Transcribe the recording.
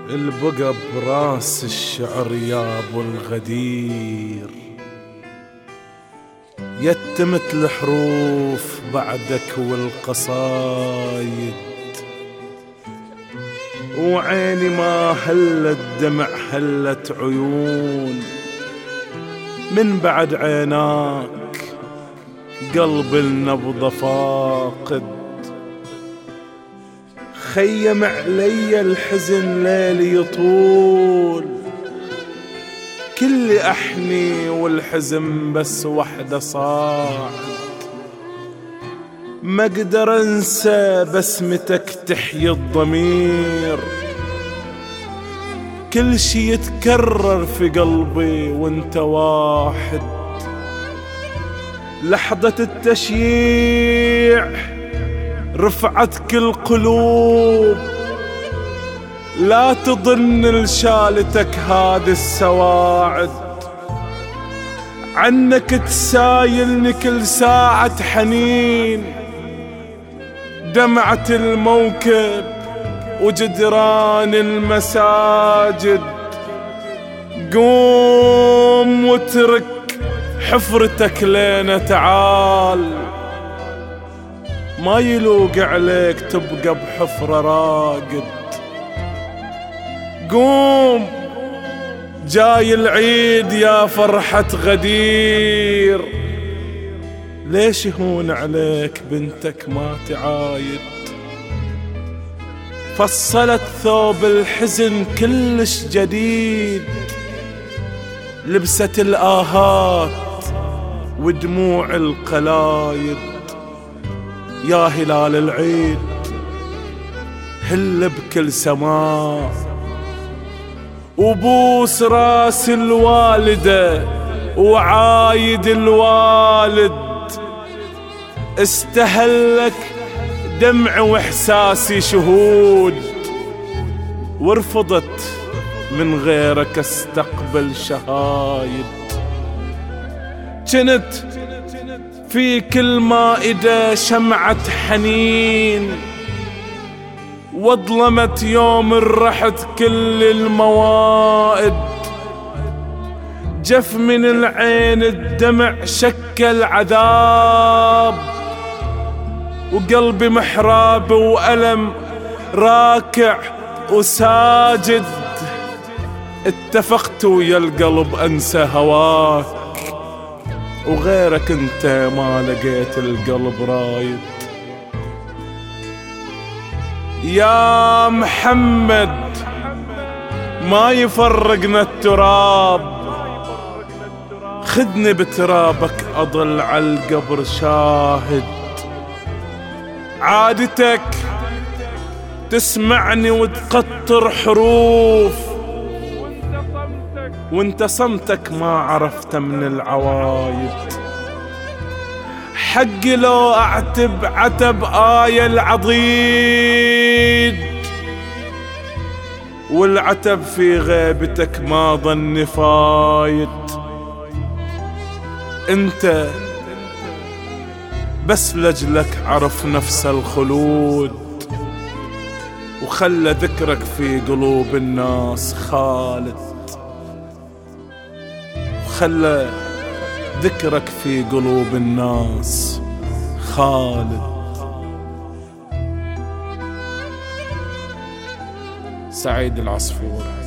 البقى براس الشعر يا ابو الغدير، يتمت الحروف بعدك والقصايد، وعيني ما هلت دمع هلت عيون من بعد عيناك، قلب النبض فاقد. خيم علي الحزن ليلي يطول، كل أحني والحزن بس وحدة صاعد، ما اقدر انسى بسمتك تحيي الضمير، كل شي يتكرر في قلبي وانت واحد. لحظة التشييع رفعت كل قلوب، لا تظن لشالتك هذه السواعد، عنك تسايلني كل ساعة حنين، دمعة الموكب وجدران المساجد. قوم واترك حفرتك لينا تعال، ما يلوق عليك تبقى بحفرة راقد. قوم جاي العيد يا فرحة غدير، ليش يهون عليك بنتك ما تعايد؟ فصلت ثوب الحزن كلش جديد، لبست الآهات ودموع القلايد. يا هلال العيد هل بكل سماء، وبوس راس الوالدة وعايد الوالد، استهلك دمع واحساسي شهود، ورفضت من غيرك استقبل شهايد. كنت في كل مائدة شمعة حنين، واظلمت يوم رحت كل الموائد. جف من العين الدمع شكل عذاب، وقلبي محراب وألم راكع وساجد. اتفقت ويا القلب أنسى هواك، وغيرك انت ما لقيت القلب رايد. يا محمد ما يفرقنا التراب، خذني بترابك أضل على القبر شاهد. عادتك تسمعني وتقطر حروف، وانت صمتك ما عرفت من العوايد. حقي لو اعتب عتب آية العضيد، والعتب في غيبتك ما ظن فايد. انت بس لجلك عرف نفس الخلود، وخلى ذكرك في قلوب الناس خالد، وخلى ذكرك في قلوب الناس خالد. سعيد العصفور.